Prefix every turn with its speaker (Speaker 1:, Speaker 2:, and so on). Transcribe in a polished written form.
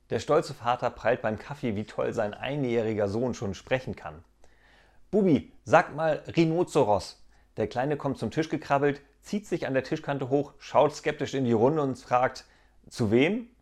Speaker 1: Der stolze Vater prahlt beim Kaffee, wie toll sein einjähriger Sohn schon sprechen kann. Bubi, sag mal Rhinoceros. Der Kleine kommt zum Tisch gekrabbelt, zieht sich an der Tischkante hoch, schaut skeptisch in die Runde und fragt, zu wem?